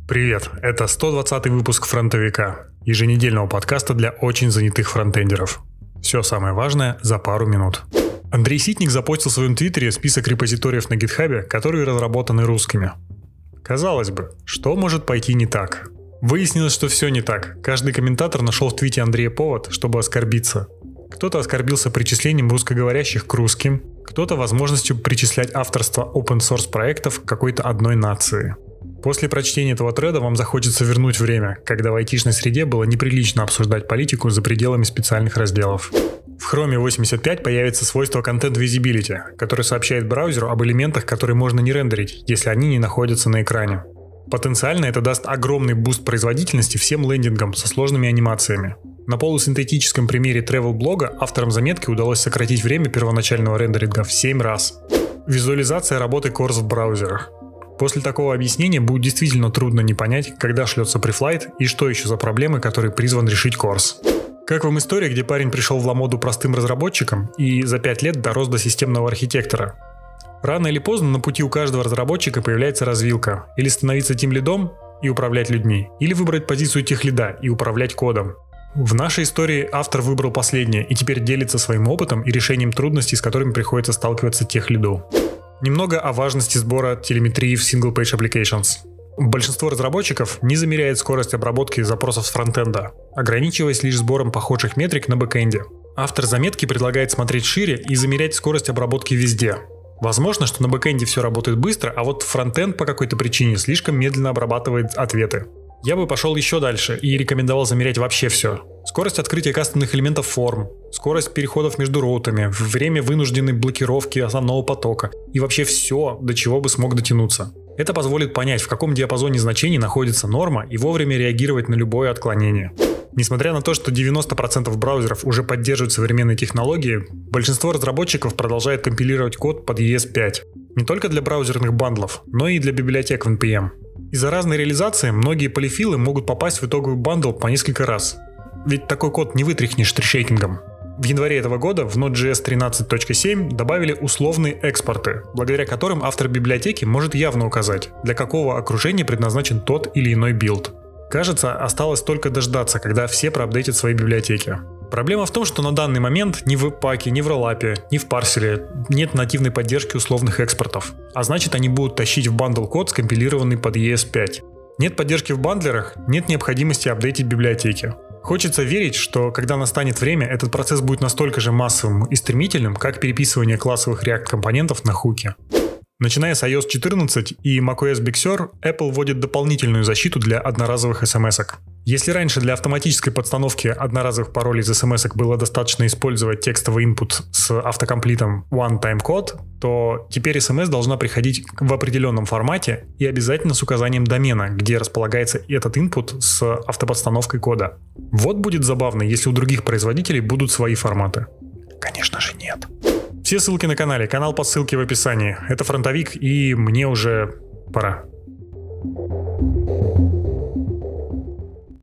Привет, это 120-й выпуск «Фронтовика», еженедельного подкаста для очень занятых фронтендеров. Все самое важное за пару минут. Андрей Ситник запостил в своем твиттере список репозиториев на гитхабе, которые разработаны русскими. Казалось бы, что может пойти не так? Выяснилось, что все не так. Каждый комментатор нашел в твите Андрея повод, чтобы оскорбиться. Кто-то оскорбился причислением русскоговорящих к русским, кто-то возможностью причислять авторство open-source проектов к какой-то одной нации. После прочтения этого треда вам захочется вернуть время, когда в айтишной среде было неприлично обсуждать политику за пределами специальных разделов. В Chrome 85 появится свойство Content Visibility, которое сообщает браузеру об элементах, которые можно не рендерить, если они не находятся на экране. Потенциально это даст огромный буст производительности всем лендингам со сложными анимациями. На полусинтетическом примере travel-блога авторам заметки удалось сократить время первоначального рендеринга в 7 раз. Визуализация работы Course в браузерах. После такого объяснения будет действительно трудно не понять, когда шлется префлайт и что еще за проблемы, которые призван решить Course. Как вам история, где парень пришел в Ламоду простым разработчиком и за 5 лет дорос до системного архитектора? Рано или поздно на пути у каждого разработчика появляется развилка. Или становиться тимлидом и управлять людьми, или выбрать позицию техлида и управлять кодом. В нашей истории автор выбрал последнее и теперь делится своим опытом и решением трудностей, с которыми приходится сталкиваться техлиду. Немного о важности сбора телеметрии в Single Page Applications. Большинство разработчиков не замеряет скорость обработки запросов с фронтенда, ограничиваясь лишь сбором похожих метрик на бэкэнде. Автор заметки предлагает смотреть шире и замерять скорость обработки везде. Возможно, что на бэкэнде все работает быстро, а вот фронтенд по какой-то причине слишком медленно обрабатывает ответы. Я бы пошел еще дальше и рекомендовал замерять вообще все. Скорость открытия кастомных элементов форм, скорость переходов между роутами, время вынужденной блокировки основного потока и вообще все, до чего бы смог дотянуться. Это позволит понять, в каком диапазоне значений находится норма и вовремя реагировать на любое отклонение. Несмотря на то, что 90% браузеров уже поддерживают современные технологии, большинство разработчиков продолжает компилировать код под ES5. Не только для браузерных бандлов, но и для библиотек в NPM. Из-за разной реализации многие полифилы могут попасть в итоговый бандл по несколько раз. Ведь такой код не вытряхнешь трешейкингом. В январе этого года в Node.js 13.7 добавили условные экспорты, благодаря которым автор библиотеки может явно указать, для какого окружения предназначен тот или иной билд. Кажется, осталось только дождаться, когда все проапдейтят свои библиотеки. Проблема в том, что на данный момент ни в веб-паке, ни в роллапе, ни в парсере нет нативной поддержки условных экспортов. А значит, они будут тащить в бандл код, скомпилированный под ES5. Нет поддержки в бандлерах, нет необходимости апдейтить библиотеки. Хочется верить, что когда настанет время, этот процесс будет настолько же массовым и стремительным, как переписывание классовых React-компонентов на хуке. Начиная с iOS 14 и macOS Big Sur, Apple вводит дополнительную защиту для одноразовых смс-ок. Если раньше для автоматической подстановки одноразовых паролей из смс-ок было достаточно использовать текстовый input с автокомплитом one-time code, то теперь смс должна приходить в определенном формате и обязательно с указанием домена, где располагается этот input с автоподстановкой кода. Вот будет забавно, если у других производителей будут свои форматы. Конечно же нет. Все ссылки на канале, канал по ссылке в описании. Это Фронтовик, и мне уже пора.